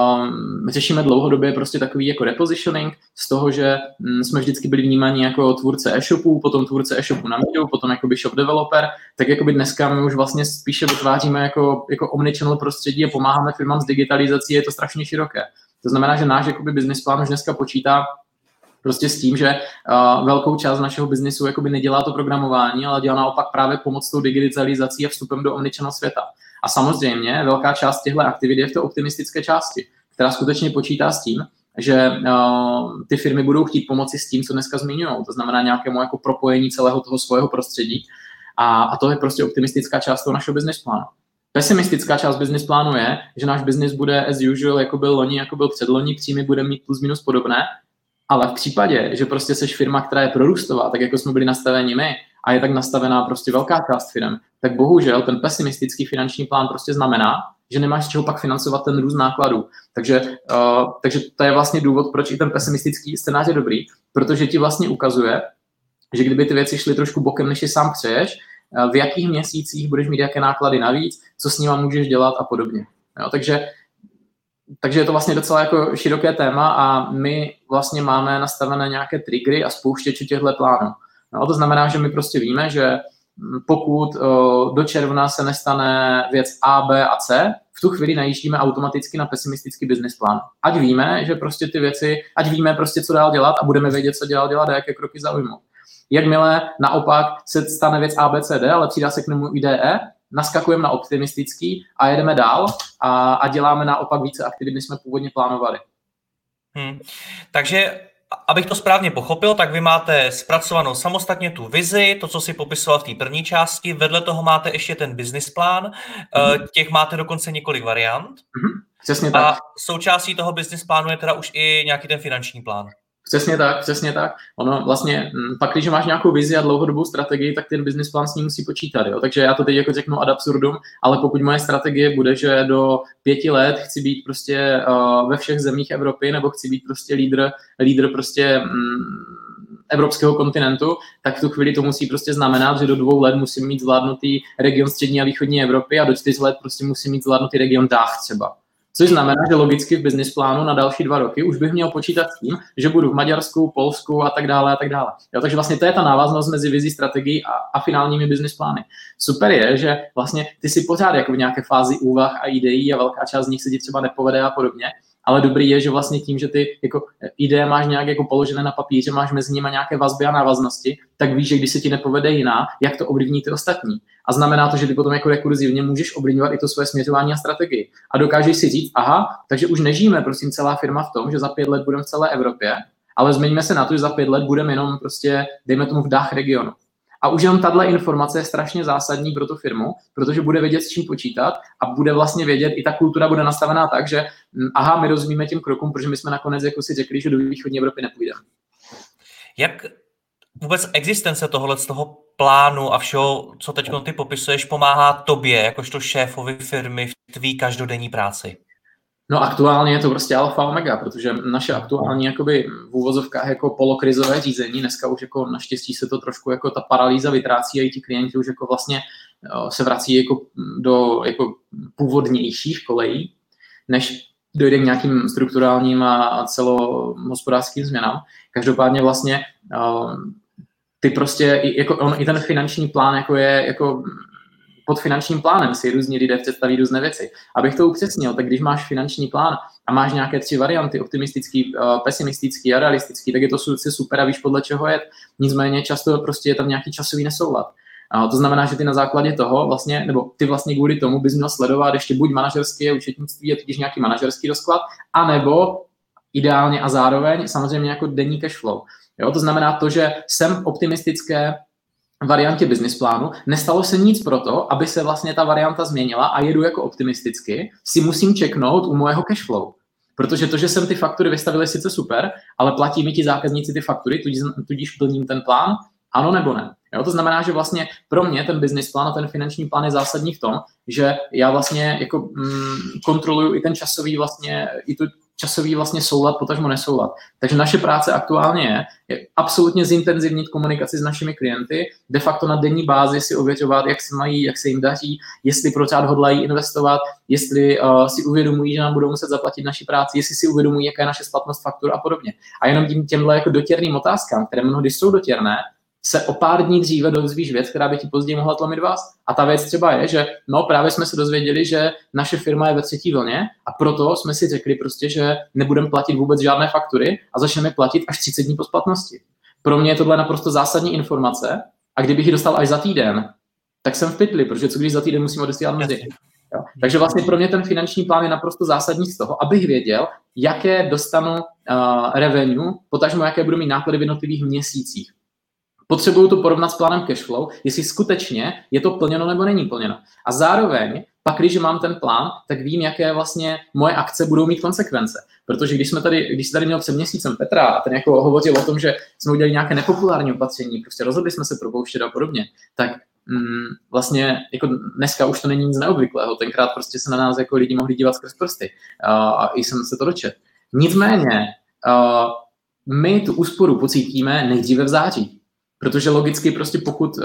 Um, řešíme dlouhodobě prostě takový jako repositioning z toho, že mm, jsme vždycky byli vnímáni jako tvůrce e-shopů, potom tvůrce e-shopu na míru, potom jakoby shop developer, tak jakoby dneska my už vlastně spíše vytváříme jako, jako omnichannel prostředí a pomáháme firmám s digitalizací, je to strašně široké. To znamená, že náš jakoby business plán už dneska počítá prostě s tím, že uh, velkou část našeho biznisu jakoby nedělá to programování, ale dělá naopak právě pomoc tou digitalizací a vstupem do omnichannel světa. A samozřejmě velká část těchto aktivit je v té optimistické části, která skutečně počítá s tím, že uh, ty firmy budou chtít pomoci s tím, co dneska zmiňují. To znamená nějakému jako propojení celého toho svého prostředí. A, a to je prostě optimistická část toho našeho business plánu. Pesimistická část business plánu je, že náš business bude as usual, jako byl loni, jako byl předloni, příjmy bude mít plus minus podobné, ale v případě, že prostě seš firma, která je prorůstová, tak jako jsme byli nastaveni my, a je tak nastavená prostě velká část firm, tak bohužel ten pesimistický finanční plán prostě znamená, že nemáš z čeho pak financovat ten růst nákladů. Takže, uh, takže to je vlastně důvod, proč i ten pesimistický scénář je dobrý, protože ti vlastně ukazuje, že kdyby ty věci šly trošku bokem, než je sám přeješ, uh, v jakých měsících budeš mít jaké náklady navíc, co s nima můžeš dělat a podobně. Jo, takže Takže je to vlastně docela jako široké téma a my vlastně máme nastavené nějaké triggery a spouštěče těchto plánů. No, to znamená, že my prostě víme, že pokud uh, do června se nestane věc A, B a C, v tu chvíli najíždíme automaticky na pesimistický business plán. Ať víme, že prostě ty věci, ať víme prostě, co dál dělat a budeme vědět, co dál dělat a jaké kroky zaujmout. Jakmile naopak se stane věc A, B, C, D, ale přidá se k němu i D, E, naskakujeme na optimistický a jedeme dál a, a děláme naopak více aktivit, než jsme původně plánovali. Hmm. Takže abych to správně pochopil, tak vy máte zpracovanou samostatně tu vizi, to, co si popisoval v té první části, vedle toho máte ještě ten business plán, mm-hmm. těch máte dokonce několik variant. Mm-hmm. Přesně tak. A součástí toho business plánu je teda už i nějaký ten finanční plán. Přesně tak, přesně tak. Ono vlastně, pak když máš nějakou vizi a dlouhodobou strategii, tak ten business plán s ní musí počítat. Jo? Takže já to teď jako řeknu ad absurdum, ale pokud moje strategie bude, že do pěti let chci být prostě uh, ve všech zemích Evropy, nebo chci být prostě lídr, lídr prostě mm, evropského kontinentu, tak v tu chvíli to musí prostě znamenat, že do dvou let musím mít zvládnutý region střední a východní Evropy a do čtyř let prostě musím mít zvládnutý region Dach třeba. Což znamená, že logicky v business plánu na další dva roky už bych měl počítat s tím, že budu v Maďarsku, Polsku a tak dále a tak dále. Jo, takže vlastně to je ta návaznost mezi vizí, strategií a, a finálními business plány. Super je, že vlastně ty si pořád jako v nějaké fázi úvah a ideí a velká část z nich se ti třeba nepovede a podobně, ale dobrý je, že vlastně tím, že ty jako ideje máš nějak jako položené na papíře, máš mezi nimi nějaké vazby a návaznosti, tak víš, že když se ti nepovede jiná, jak to ovlivní ty ostatní. A znamená to, že ty potom jako rekurzivně můžeš ovlivňovat i to svoje směřování a strategii. A dokážeš si říct, aha, takže už nežijeme prosím celá firma v tom, že za pět let budeme v celé Evropě, ale změníme se na to, že za pět let budeme jenom prostě, dejme tomu v Dach regionu. A už jenom tahle informace je strašně zásadní pro tu firmu, protože bude vědět, s čím počítat a bude vlastně vědět, i ta kultura bude nastavená tak, že aha, my rozumíme těm krokům, protože my jsme nakonec jako si řekli, že do východní Evropy nepůjdeme. Jak vůbec existence tohohle z toho plánu a všeho, co teď ty popisuješ, pomáhá tobě, jakožto šéfovi firmy v tvý každodenní práci? No aktuálně je to prostě alfa omega, protože naše aktuální jakoby v úvozovkách jako polokrizové řízení, dneska už jako naštěstí se to trošku jako ta paralýza vytrácí a i ti klienti už jako vlastně se vrací jako do jako původnějších kolejí, než dojde k nějakým strukturálním a celohospodářským změnám. Každopádně vlastně ty prostě, jako on, i ten finanční plán jako je jako pod finančním plánem si různí lidé představí různé věci. Abych to upřesnil, tak když máš finanční plán a máš nějaké tři varianty, optimistický, pesimistický a realistický, tak je to super a víš, podle čeho jet. Nicméně často prostě je tam nějaký časový nesoulad. A to znamená, že ty na základě toho vlastně, nebo ty vlastně kvůli tomu bys měl sledovat ještě buď manažerské účetnictví, je tudíž nějaký manažerský rozklad, anebo ideálně a zároveň samozřejmě jako denní cash flow. Jo, to znamená to, že jsem optimistické variantě business plánu, nestalo se nic proto, aby se vlastně ta varianta změnila a jedu jako optimisticky, si musím čeknout u mojeho cashflow. Protože to, že jsem ty faktury vystavil, je sice super, ale platí mi ti zákazníci ty faktury, tudíž, tudíž plním ten plán, ano nebo ne. Jo, to znamená, že vlastně pro mě ten business plán a ten finanční plán je zásadní v tom, že já vlastně jako mm, kontroluju i ten časový vlastně, i tu časový vlastně soulad, potažmo nesoulad. Takže naše práce aktuálně je, je absolutně zintenzivnit komunikaci s našimi klienty, de facto na denní bázi si ověřovat, jak se mají, jak se jim daří, jestli pořád hodlají investovat, jestli uh, si uvědomují, že nám budou muset zaplatit naši práci, jestli si uvědomují, jaká je naše splatnost faktur a podobně. A jenom tím těmhle jako dotěrným otázkám, které mnohdy jsou dotěrné, se o pár dní dříve dozvíš věc, která by ti později mohla tlomit vás. A ta věc třeba je, že no právě jsme se dozvěděli, že naše firma je ve třetí vlně a proto jsme si řekli prostě, že nebudeme platit vůbec žádné faktury a začneme platit až třicet dní po splatnosti. Pro mě je tohle naprosto zásadní informace a kdybych ji dostal až za týden, tak jsem v pytli, protože co když za týden musím odesílat mzdy. Jo. Takže vlastně pro mě ten finanční plán je naprosto zásadní z toho, abych věděl, jaké dostanu uh, revenue, potažmo jaké budu mít náklady v jednotlivých měsících. Potřebuju to porovnat s plánem cashflow, jestli skutečně je to plněno nebo není plněno. A zároveň, pak když mám ten plán, tak vím, jaké vlastně moje akce budou mít konsekvence. Protože když jsme tady, když tady měl před měsícem Petra a ten jako hovořil o tom, že jsme udělali nějaké nepopulární opatření, prostě rozhodli jsme se propouštět a podobně, tak mm, vlastně jako dneska už to není nic neobvyklého. Tenkrát prostě se na nás jako lidi mohli dívat skrz prsty a, a jsem se to dočet. Nicméně a, my tu úsporu pocítíme nejdříve v září. Protože logicky prostě pokud uh,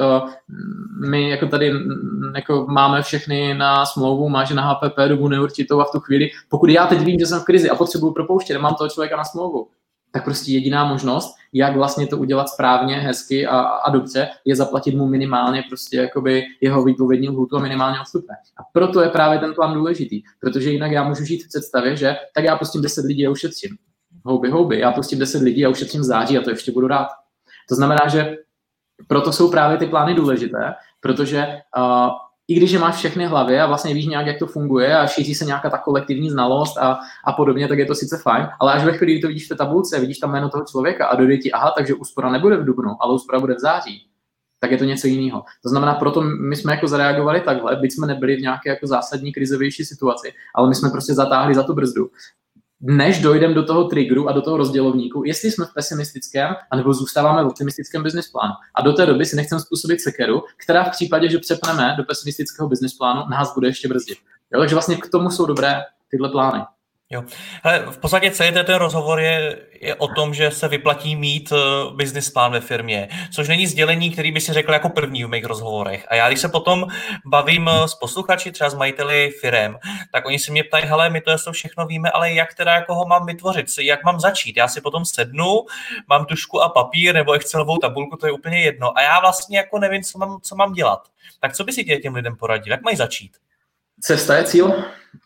my jako tady jako máme všechny na smlouvu, máš na H P P dobu neurčitou a v tu chvíli, pokud já teď vím, že jsem v krizi a potřebuju propouštět, mám toho člověka na smlouvu, tak prostě jediná možnost, jak vlastně to udělat správně, hezky a, a dobře, je zaplatit mu minimálně prostě jakoby jeho výpovědní lhůtu a minimálně odstupné. A proto je právě ten plán důležitý, protože jinak já můžu žít v představě, že tak já pustím deset lidí a ušetřím. Houby, houby, já pustím deset lidí a ušetřím v září a to ještě budu rád. To znamená, že proto jsou právě ty plány důležité, protože uh, i když je máš všechny hlavy a vlastně víš nějak, jak to funguje a šíří se nějaká ta kolektivní znalost a, a podobně, tak je to sice fajn, ale až ve chvíli, kdy to vidíš v té tabulce, vidíš tam jméno toho člověka a dojde ti, aha, takže úspora nebude v dubnu, ale úspora bude v září, tak je to něco jiného. To znamená, proto my jsme jako zareagovali takhle, byť jsme nebyli v nějaké jako zásadní krizovější situaci, ale my jsme prostě zatáhli za tu brzdu. než dojdeme do toho triggeru a do toho rozdělovníku, jestli jsme v pesimistickém, anebo zůstáváme v optimistickém business plánu. A do té doby si nechceme způsobit sekeru, která v případě, že přepneme do pesimistického business plánu, nás bude ještě brzdit. Jo, takže vlastně k tomu jsou dobré tyhle plány. Jo. Hele, v podstatě celý ten rozhovor je, je o tom, že se vyplatí mít uh, business plán ve firmě, což není sdělení, který by si řekl jako první v mých rozhovorech. A já, když se potom bavím uh, s posluchači, třeba s majiteli firem, tak oni se mě ptají, hele, my to všechno víme, ale jak teda jako ho mám vytvořit, jak mám začít? Já si potom sednu, mám tužku a papír nebo Excelovou tabulku, to je úplně jedno. A já vlastně jako nevím, co mám, co mám dělat. Tak co by si těm lidem poradil? Jak mají začít? Cesta je cíl.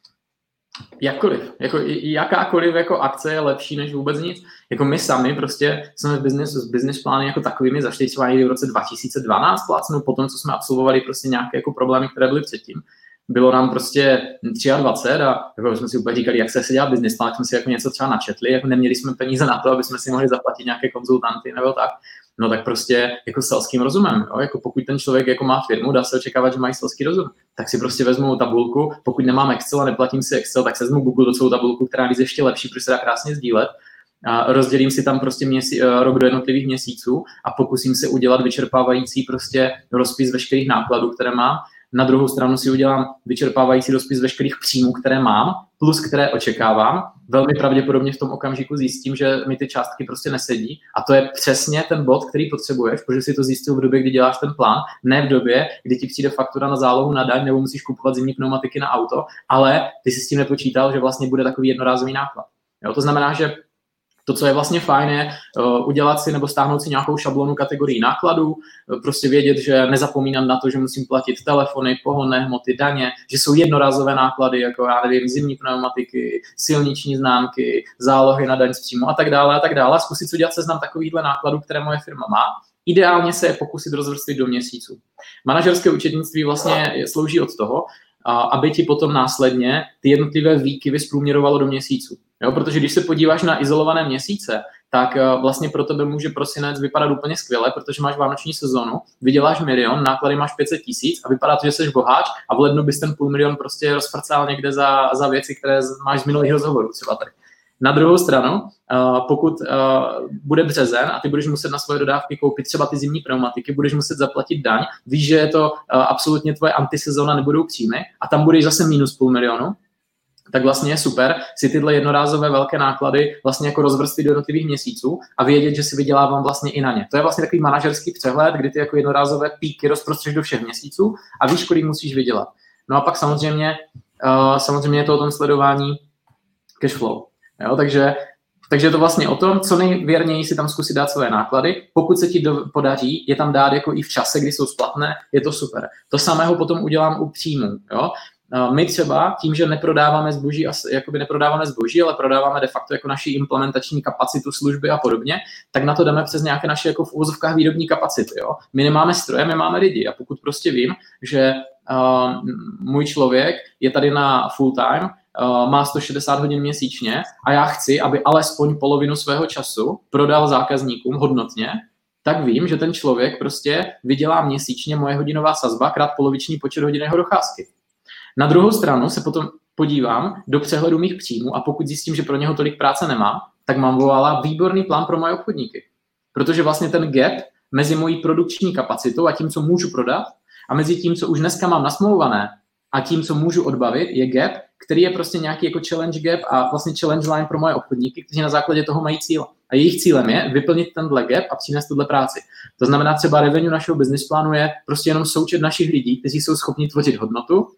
Jakkoliv, jako jakákoliv jako akce je lepší než vůbec nic. Jako my sami prostě jsme v business, s business plány jako takovými zašli třeba někdy v roce dva tisíce dvanáct plácnou, potom, co jsme absolvovali prostě nějaké jako problémy, které byly předtím. Bylo nám prostě dvacet tři a jako jsme si úplně říkali, jak se se dělá business plán, tak jsme si jako něco třeba načetli, jako neměli jsme peníze na to, aby jsme si mohli zaplatit nějaké konzultanty nebo tak. No tak prostě jako selským rozumem, jo? Jako pokud ten člověk jako má firmu, dá se očekávat, že mají selský rozum, tak si prostě vezmu tabulku, pokud nemám Excel a neplatím si Excel, tak se vezmu Google do celou tabulku, která je ještě lepší, protože se dá krásně sdílet. A rozdělím si tam prostě měsí, rok do jednotlivých měsíců a pokusím se udělat vyčerpávající prostě rozpis veškerých nákladů, které mám. Na druhou stranu si udělám vyčerpávající rozpis veškerých příjmů, které mám, plus které očekávám. Velmi pravděpodobně v tom okamžiku zjistím, že mi ty částky prostě nesedí. A to je přesně ten bod, který potřebuješ, protože si to zjistil v době, kdy děláš ten plán, ne v době, kdy ti přijde faktura na zálohu na daň nebo musíš kupovat zimní pneumatiky na auto, ale ty si s tím nepočítal, že vlastně bude takový jednorázový náklad. Jo, to znamená, že to, co je vlastně fajn, je uh, udělat si nebo stáhnout si nějakou šablonu kategorií nákladů, uh, prostě vědět, že nezapomínám na to, že musím platit telefony, pohonné hmoty, daně, že jsou jednorázové náklady, jako já nevím, zimní pneumatiky, silniční známky, zálohy na daň z příjmu a tak dále a tak dále. Zkusit udělat seznam takovýchhle nákladů, které moje firma má. Ideálně se je pokusit rozvrstvit do měsíců. Manažerské účetnictví vlastně slouží od toho, aby ti potom následně ty jednotlivé výkyvy zprůměrovalo do měsíců. Jo, protože když se podíváš na izolované měsíce, tak vlastně pro tebe může prosinec vypadat úplně skvěle, protože máš vánoční sezonu, vyděláš milion, náklady máš pět set tisíc a vypadá to, že jsi boháč a v lednu bys ten půl milion prostě rozfrcal někde za, za věci, které máš z minulých rozhovorů třeba tady. Na druhou stranu, pokud bude březen a ty budeš muset na svoje dodávky koupit třeba ty zimní pneumatiky, budeš muset zaplatit daň, víš, že je to absolutně tvoje antisezóna, nebudou příjmy a tam budeš zase minus půl milionu, tak vlastně je super si tyhle jednorázové velké náklady vlastně jako rozvrstvit do jednotlivých měsíců a vědět, že si vydělávám vlastně i na ně. To je vlastně takový manažerský přehled, kdy ty jako jednorázové píky rozprostřeš do všech měsíců a víš, kolik musíš vydělat. No a pak samozřejmě, uh, samozřejmě je to o tom sledování cash flow. Jo, takže, takže je to vlastně o tom, co nejvěrněji si tam zkusit dát své náklady. Pokud se ti do, podaří je tam dát jako i v čase, kdy jsou splatné, je to super. To samého potom udělám u příjmů. Jo? My třeba tím, že neprodáváme zboží, jakoby neprodáváme zboží, ale prodáváme de facto jako naši implementační kapacitu služby a podobně, tak na to dáme přes nějaké naše jako v úvozovkách výrobní kapacity. Jo? My nemáme stroje, my máme lidi a pokud prostě vím, že uh, můj člověk je tady na full time, Uh, má sto šedesát hodin měsíčně a já chci, aby alespoň polovinu svého času prodal zákazníkům hodnotně, tak vím, že ten člověk prostě vydělá měsíčně moje hodinová sazba krát poloviční počet hodin jeho docházky. Na druhou stranu se potom podívám do přehledu mých příjmů a pokud zjistím, že pro něho tolik práce nemá, tak mám volala výborný plán pro moje obchodníky. Protože vlastně ten gap mezi mojí produkční kapacitou a tím, co můžu prodat a mezi tím, co už dneska mám nasmlouvané a tím, co můžu odbavit, je gap, který je prostě nějaký jako challenge gap a vlastně challenge line pro moje obchodníky, kteří na základě toho mají cíl. A jejich cílem je vyplnit tenhle gap a přinést tuhle práci. To znamená třeba revenue našeho business plánu je prostě jenom součet našich lidí, kteří jsou schopni tvořit hodnotu,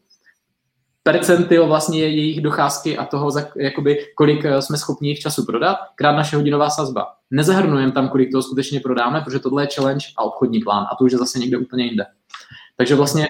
percentil vlastně je jejich docházky a toho, jakoby, kolik jsme schopni jich času prodat, krát naše hodinová sazba. Nezahrnujeme tam, kolik toho skutečně prodáme, protože tohle je challenge a obchodní plán a to už je zase někde úplně jinde. Takže vlastně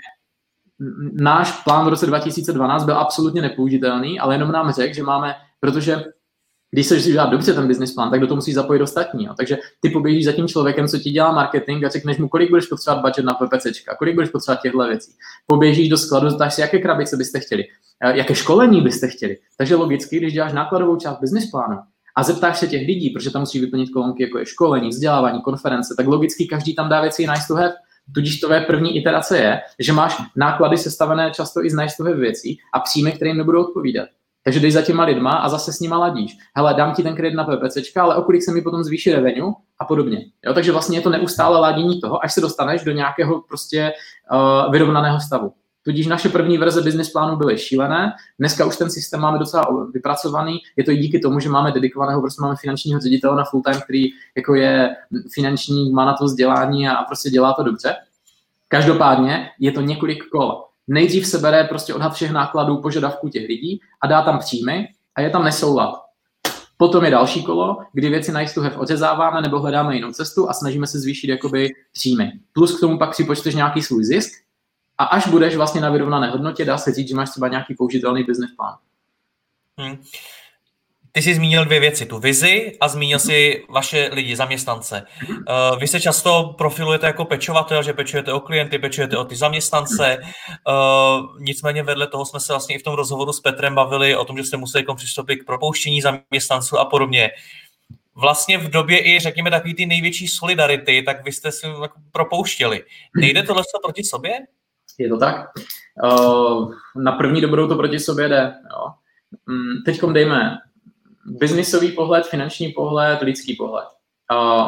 náš plán v roce dva tisíce dvanáct byl absolutně nepoužitelný, ale jenom nám řekl, že máme, protože když se dělá dobře ten business plán, tak do toho musí zapojit ostatní. Jo. Takže ty poběžíš za tím člověkem, co ti dělá marketing a řekneš mu, kolik budeš potřebovat budget na PPCčka, kolik budeš potřebovat těchto věcí. Poběžíš do skladu, zeptáš si, jaké krabice byste chtěli, jaké školení byste chtěli. Takže logicky, když děláš nákladovou část business plánu a zeptáš se těch lidí, protože tam musí vyplnit kolonky, jako je školení, vzdělávání, konference, tak logicky každý tam dá věci nice to have. Tudíž tvoje první iterace je, že máš náklady sestavené často i z nice to have věcí a příjmy, které jim nebudou odpovídat. Takže jdeš za těma lidma a zase s nima ladíš. Hele, dám ti ten kredit na PPCčka, ale o kolik se mi potom zvýší revenue a podobně. Jo? Takže vlastně je to neustále ladění toho, až se dostaneš do nějakého prostě uh, vyrovnaného stavu. Tudíž naše první verze business plánu byly šílené, dneska už ten systém máme docela vypracovaný, je to i díky tomu, že máme dedikovaného, prostě máme finančního ředitele na full time, který jako je finanční, má na to vzdělání a prostě dělá to dobře. Každopádně je to několik kol. Nejdřív se bere prostě odhad všech nákladů, požadavků těch lidí a dá tam příjmy a je tam nesoulad. Potom je další kolo, kdy věci nice to have odřezáváme nebo hledáme jinou cestu a snažíme se zvýšit jakoby příjmy. Plus k tomu pak připočteš nějaký svůj zisk a až budeš vlastně na vyrovnané hodnotě, dá se říct, že máš třeba nějaký použitelný business plán. Hmm. Ty jsi zmínil dvě věci, tu vizi a zmínil si vaše lidi, zaměstnance. Uh, vy se často profilujete jako pečovatel, že pečujete o klienty, pečujete o ty zaměstnance. Uh, nicméně vedle toho jsme se vlastně i v tom rozhovoru s Petrem bavili o tom, že jste museli jako přistoupit k propouštění zaměstnanců a podobně. Vlastně v době i, řekněme, takový ty největší solidarity, tak vy jste si jako propouštěli. Nejde tohle proti sobě? Je to tak. Uh, na první dobrou to proti sobě jde. Jo. Um, teďkom dejme biznisový pohled, finanční pohled, lidský pohled. Uh,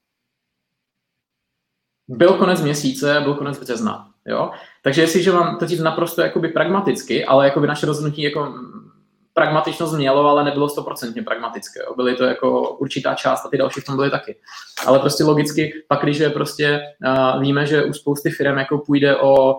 byl konec měsíce, byl konec března. Jo? Takže jestliže mám to říct naprosto jakoby pragmaticky, ale jakoby naše rozhodnutí jako pragmatičnost mělo, ale nebylo stoprocentně pragmatické. Jo? Byly to jako určitá část a ty další v tom byly taky. Ale prostě logicky, pak když prostě uh, víme, že u spousty firm jako půjde o,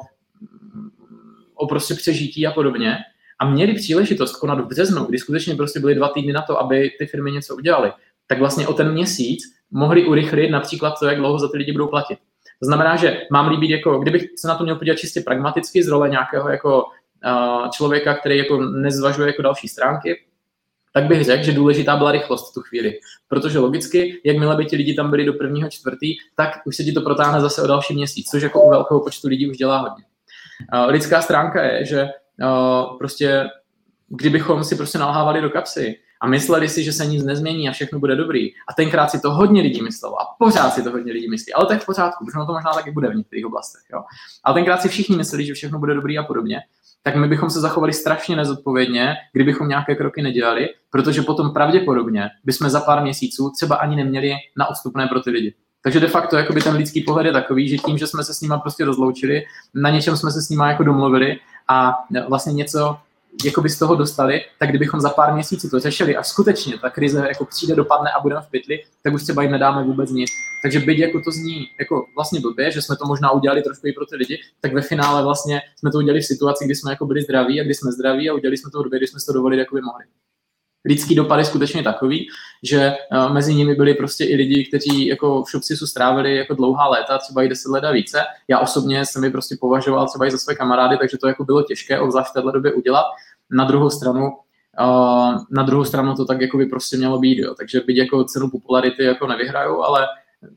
o prostě přežití a podobně, a měli příležitost konat v březnu, kdy skutečně prostě byly dva týdny na to, aby ty firmy něco udělaly, tak vlastně o ten měsíc mohli urychlit například to, jak dlouho za ty lidi budou platit. To znamená, že mám líbit, jako, kdybych se na to měl podívat čistě pragmaticky z role nějakého jako, uh, člověka, který jako nezvažuje jako další stránky, tak bych řekl, že důležitá byla rychlost v tu chvíli. Protože logicky, jakmile by ti lidi tam byli do prvního čtvrtý, tak už se ti to protáhne zase o další měsíc, což jako u velkého počtu lidí už dělá hodně. Uh, lidská stránka je, že Uh, prostě, kdybychom si prostě nalhávali do kapsy a mysleli si, že se nic nezmění a všechno bude dobrý. A tenkrát si to hodně lidí myslelo a pořád si to hodně lidí myslí. Ale tak v pořádku, protože to možná taky bude v některých oblastech. Jo? Ale tenkrát si všichni mysleli, že všechno bude dobrý a podobně. Tak my bychom se zachovali strašně nezodpovědně, kdybychom nějaké kroky nedělali, protože potom pravděpodobně bychom za pár měsíců třeba ani neměli na odstupné pro ty lidi. Takže de facto jakoby ten lidský pohled je takový, že tím, že jsme se s nima prostě rozloučili, na něčem jsme se s nima jako domluvili a vlastně něco jakoby z toho dostali, tak kdybychom za pár měsíců to řešili a skutečně ta krize jako přijde, dopadne a budeme v pytli, tak už třeba jim nedáme vůbec nic. Takže byť jako to zní jako vlastně blbě, že jsme to možná udělali trošku i pro ty lidi, tak ve finále vlastně jsme to udělali v situaci, kdy jsme jako byli zdraví a kdy jsme zdraví a udělali jsme to v době, kdy jsme to dovolili, jako by mohli. Lidský dopad je skutečně takový, že uh, mezi nimi byli prostě i lidi, kteří jako v Shopsisu strávili jako dlouhá léta, třeba i deset let a více. Já osobně jsem je prostě považoval třeba i za své kamarády, takže to jako bylo těžké obzvlášť v této době udělat. Na druhou stranu, uh, na druhou stranu to tak jako by prostě mělo být, jo. Takže byť jako cenu popularity jako nevyhrajou, ale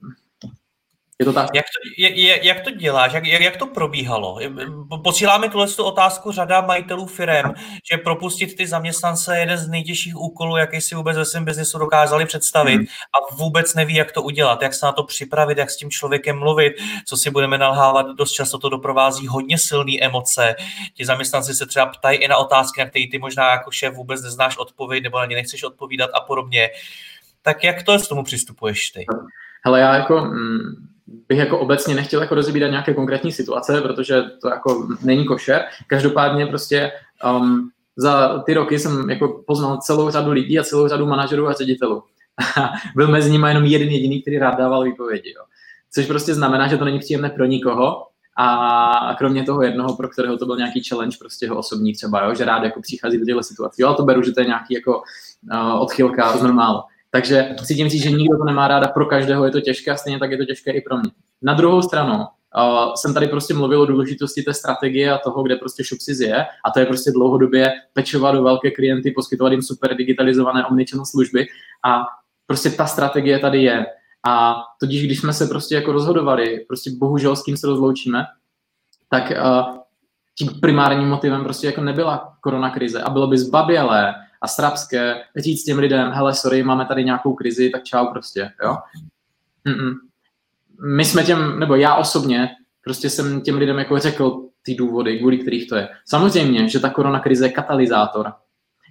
je to tak. Jak to, jak, jak to děláš? Jak, jak to probíhalo? Posíláme tuhle otázku řada majitelů firem, že propustit ty zaměstnance je jeden z nejtěžších úkolů, jaký si vůbec ve svém biznesu dokázali představit hmm. a vůbec neví, jak to udělat, jak se na to připravit, jak s tím člověkem mluvit, co si budeme nalhávat. Dost často to doprovází hodně silné emoce. Ti zaměstnanci se třeba ptají i na otázky, na které ty možná jako šéf vůbec neznáš odpověď nebo na ně nechceš odpovídat a podobně. Tak jak to s tomu přistupuješ ty? Hele, já jako... Mm... bych jako obecně nechtěl jako rozebírat nějaké konkrétní situace, protože to jako není košer. Každopádně prostě um, za ty roky jsem jako poznal celou řadu lidí a celou řadu manažerů a ředitelů. Byl mezi nimi jenom jeden jediný, který rád dával výpovědi. Jo. Což prostě znamená, že to není příjemné pro nikoho a kromě toho jednoho, pro kterého to byl nějaký challenge prostě jeho osobní třeba, jo, že rád jako přichází do těchto situací. Jo, ale to beru, že to je nějaký jako uh, odchylka z normálu. Takže cítím říct, že nikdo to nemá ráda, pro každého je to těžké a stejně tak je to těžké i pro mě. Na druhou stranu uh, jsem tady prostě mluvil o důležitosti té strategie a toho, kde prostě Shopsys je, a to je prostě dlouhodobě pečovat do velké klienty, poskytovat jim super digitalizované omnichannel služby a prostě ta strategie tady je. A tudíž, když jsme se prostě jako rozhodovali, prostě bohužel s kým se rozloučíme, tak uh, tím primárním motivem prostě jako nebyla koronakrize a bylo by zbabělé a srabské říct těm lidem, hele, sorry, máme tady nějakou krizi, tak čau prostě, jo. Mm-mm. My jsme těm, nebo já osobně, prostě jsem těm lidem jako řekl ty důvody, kvůli kterých to je. Samozřejmě, že ta koronakrize je katalyzátor.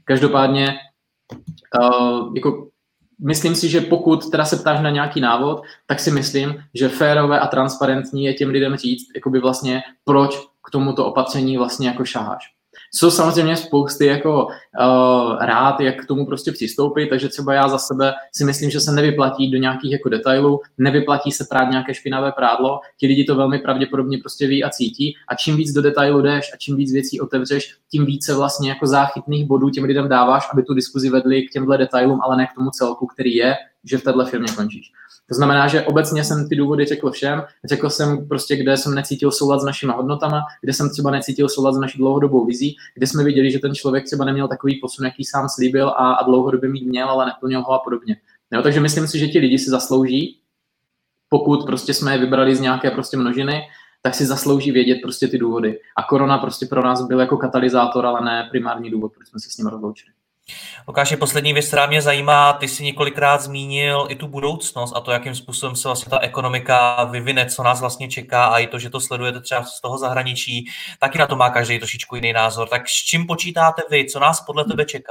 Každopádně uh, jako myslím si, že pokud teda se ptáš na nějaký návod, tak si myslím, že férové a transparentní je těm lidem říct, jakoby vlastně proč k tomuto opatření vlastně jako šaháš. Jsou samozřejmě spousty jako uh, rád, jak k tomu prostě přistoupit, takže třeba já za sebe si myslím, že se nevyplatí do nějakých jako detailů, nevyplatí se prát nějaké špinavé prádlo, ti lidi to velmi pravděpodobně prostě ví a cítí a čím víc do detailu jdeš a čím víc věcí otevřeš, tím více vlastně jako záchytných bodů těm lidem dáváš, aby tu diskuzi vedli k těmhle detailům, ale ne k tomu celku, který je, že v téhle firmě končíš. To znamená, že obecně jsem ty důvody řekl všem, řekl jsem prostě, kde jsem necítil soulad s našimi hodnotama, kde jsem třeba necítil soulad s naší dlouhodobou vizí, kde jsme viděli, že ten člověk třeba neměl takový posun, jaký sám slíbil a, a dlouhodobě mít měl, ale neplnil ho a podobně. No, takže myslím si, že ti lidi si zaslouží, pokud prostě jsme je vybrali z nějaké prostě množiny, tak si zaslouží vědět prostě ty důvody. A korona prostě pro nás byl jako katalyzátor, ale ne primární důvod, proč jsme se s ním rozloučili. Lukáši, poslední věc, která mě zajímá, ty jsi několikrát zmínil i tu budoucnost a to, jakým způsobem se vlastně ta ekonomika vyvine, co nás vlastně čeká a i to, že to sledujete třeba z toho zahraničí, taky na to má každý trošičku jiný názor. Tak s čím počítáte vy? Co nás podle tebe čeká?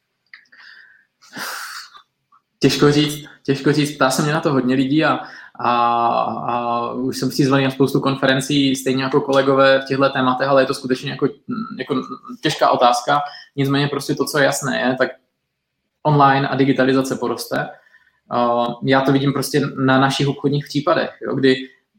Těžko říct, těžko říct, ptá se mě na to hodně lidí a, a, a už jsem přizvaný na spoustu konferencí, stejně jako kolegové v těchto tématech, ale je to skutečně jako, jako těžká otázka. Nicméně prostě to, co je jasné, je, tak online a digitalizace poroste. Uh, já to vidím prostě na našich obchodních případech, jo, kdy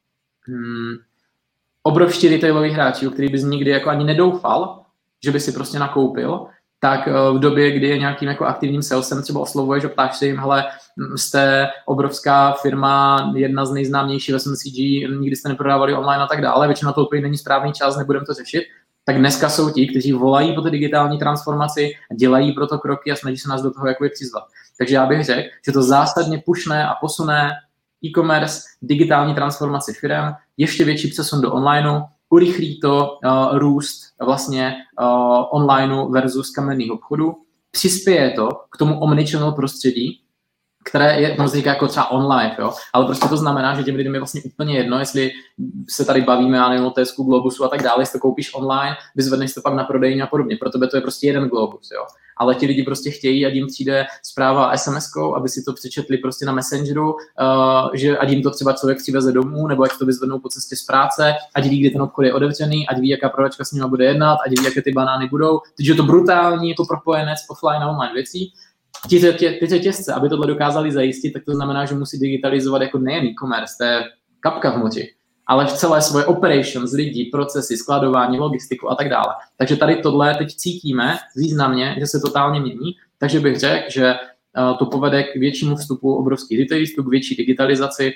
hmm, obrovští retailoví hráči, o kterých bys nikdy jako ani nedoufal, že by si prostě nakoupil, tak v době, kdy je nějakým jako aktivním salesem třeba oslovuješ a ptáš se jim, hele, jste obrovská firma, jedna z nejznámějších v S M C G, nikdy jste neprodávali online a tak dále, většinou to úplně není správný čas, nebudeme to řešit, tak dneska jsou ti, kteří volají po té digitální transformaci, dělají pro to kroky a snaží se nás do toho jako je přizvat. Takže já bych řekl, že to zásadně pušne a posune e-commerce, digitální transformaci firem, ještě větší přesun do onlineu, urychlí to uh, růst vlastně uh, onlineu versus kamenných obchodů, přispěje to k tomu omnichannel prostředí, které je, to říká jako třeba online, jo? Ale prostě to znamená, že těm lidem je vlastně úplně jedno, jestli se tady bavíme, já nevím, o Tesku, Globusu a tak dále, jestli to koupíš online, vyzvedneš to pak na prodejně a podobně, pro tebe to je prostě jeden Globus, jo? Ale ti lidi prostě chtějí, ať jim přijde zpráva es em eskou, aby si to přečetli prostě na Messengeru, uh, že ať jim to třeba člověk přiveze domů, nebo ať to vyzvednou po cestě z práce, ať ví, kdy ten obchod je otevřený, ať ví, jaká prodavačka s nimi bude jednat, ať ví, jaké ty banány budou. Teď je to brutální jako propojené s offline a online věcí. Ty, ty, ty řetězce, aby tohle dokázali zajistit, tak to znamená, že musí digitalizovat jako nejen e-commerce, to je kapka v moři, ale v celé svoje operations, lidi, procesy, skladování, logistiku a tak dále. Takže tady tohle teď cítíme významně, že se totálně mění, takže bych řekl, že to povede k většímu vstupu obrovských retailistů, k větší digitalizaci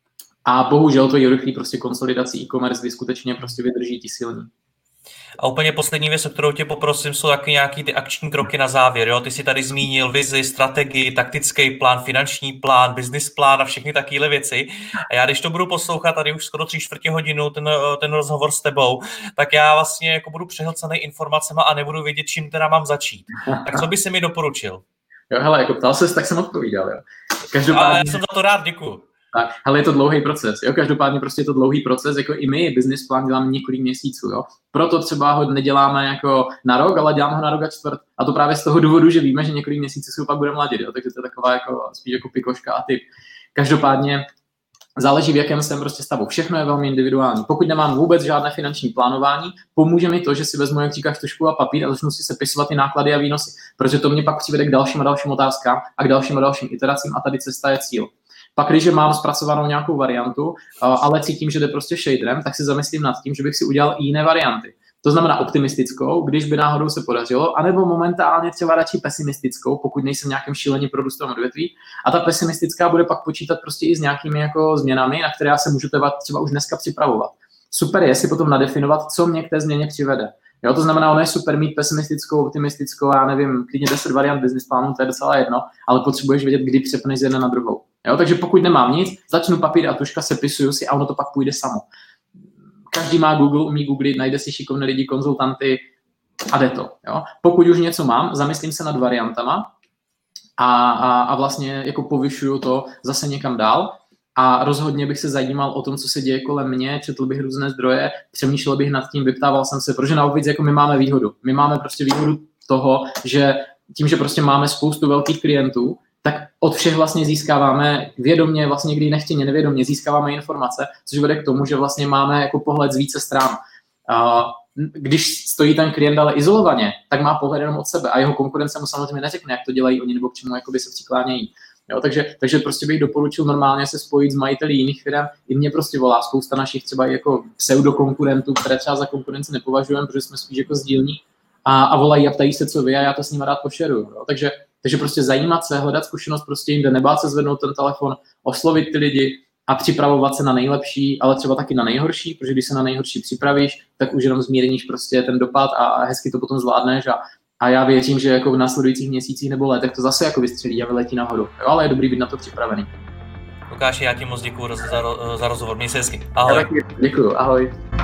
a bohužel to je rychlý prostě konsolidací e-commerce, kdy skutečně prostě vydrží ti silní. A úplně poslední věc, o kterou tě poprosím, jsou taky nějaký ty akční kroky na závěr. Jo? Ty jsi tady zmínil vizi, strategii, taktický plán, finanční plán, business plán a všechny takovéhle věci. A já když to budu poslouchat tady už skoro tři čtvrtě hodinu ten, ten rozhovor s tebou, tak já vlastně jako budu přehlcený informacemi a nebudu vědět, čím teda mám začít. Tak co by si mi doporučil? Jo, hele, jako ptal ses, tak jsem odpovídal. Jo. Každopádně... Ale já jsem za to rád, děkuju. Tak, hele, je to dlouhý proces, jo, každopádně prostě je to dlouhý proces, jako i my business plán děláme několik měsíců, jo, proto třeba ho neděláme jako na rok, ale děláme ho na rok a čtvrt a to právě z toho důvodu, že víme, že několik měsíců se pak budeme mladit, jo, takže to je taková jako spíš jako pikoška a typ. Každopádně záleží, v jakém jsem prostě stavu. Všechno je velmi individuální. Pokud nemám vůbec žádné finanční plánování, pomůže mi to, že si vezmu, jak říkáš, tužku a papír a začnu si sepisovat ty náklady a výnosy, protože to mě pak přivede k dalším a dalším otázkám a k dalším a dalším iteracím a tady cesta je cíl. Pak, když mám zpracovanou nějakou variantu, ale cítím, že jde prostě shaderem, tak si zamyslím nad tím, že bych si udělal i jiné varianty. To znamená optimistickou, když by náhodou se podařilo, anebo momentálně třeba radši pesimistickou, pokud nejsem v nějakém šílení produktovém odvětví. A ta pesimistická bude pak počítat prostě i s nějakými jako změnami, na které já se můžu třeba už dneska připravovat. Super je si potom nadefinovat, co mě k té změně přivede. Jo, to znamená, ono je super mít pesimistickou, optimistickou, já nevím, klidně deset variant business plánu, to je docela jedno, ale potřebuješ vědět, kdy přepneš z jedné na druhou. Jo, takže pokud nemám nic, začnu papír a tužka, sepisuju si a ono to pak půjde samo. Každý má Google, umí googlit, najde si šikovné lidi, konzultanty a jde to. Jo. Pokud už něco mám, zamyslím se nad variantama a, a, a vlastně jako povyšuju to zase někam dál. A rozhodně bych se zajímal o tom, co se děje kolem mě, četl bych různé zdroje, přemýšlel bych nad tím, vyptával jsem se, protože naopak jako my máme výhodu. My máme prostě výhodu toho, že tím, že prostě máme spoustu velkých klientů, tak od všech vlastně získáváme vědomě, vlastně kdy nechtěně, nevědomě, získáváme informace, což vede k tomu, že vlastně máme jako pohled z více stran. Když stojí ten klient ale izolovaně, tak má pohled jenom od sebe a jeho konkurence mu samozřejmě neřekne, jak to dělají oni nebo k čemu jakoby se přiklánějí. Jo, takže, takže prostě bych doporučil normálně se spojit s majiteli jiných firm. I mě prostě volá spousta našich třeba jako pseudokonkurentů, které třeba za konkurenci nepovažujeme, protože jsme spíš jako sdílní a, a volají a ptají se, co vy a já to s nimi rád pošeruju. Jo. Takže, takže prostě zajímat se, hledat zkušenost prostě jinde, nebát se zvednout ten telefon, oslovit ty lidi a připravovat se na nejlepší, ale třeba taky na nejhorší, protože když se na nejhorší připravíš, tak už jenom zmírníš prostě ten dopad a hezky to potom zvládneš a A já věřím, že jako v následujících měsících nebo letech to zase jako vystřelí a vyletí nahoru. Jo, ale je dobrý být na to připravený. Lukáši, já ti moc děkuju za, za rozhovor. Měj se hezky. Ahoj. Děkuju, ahoj.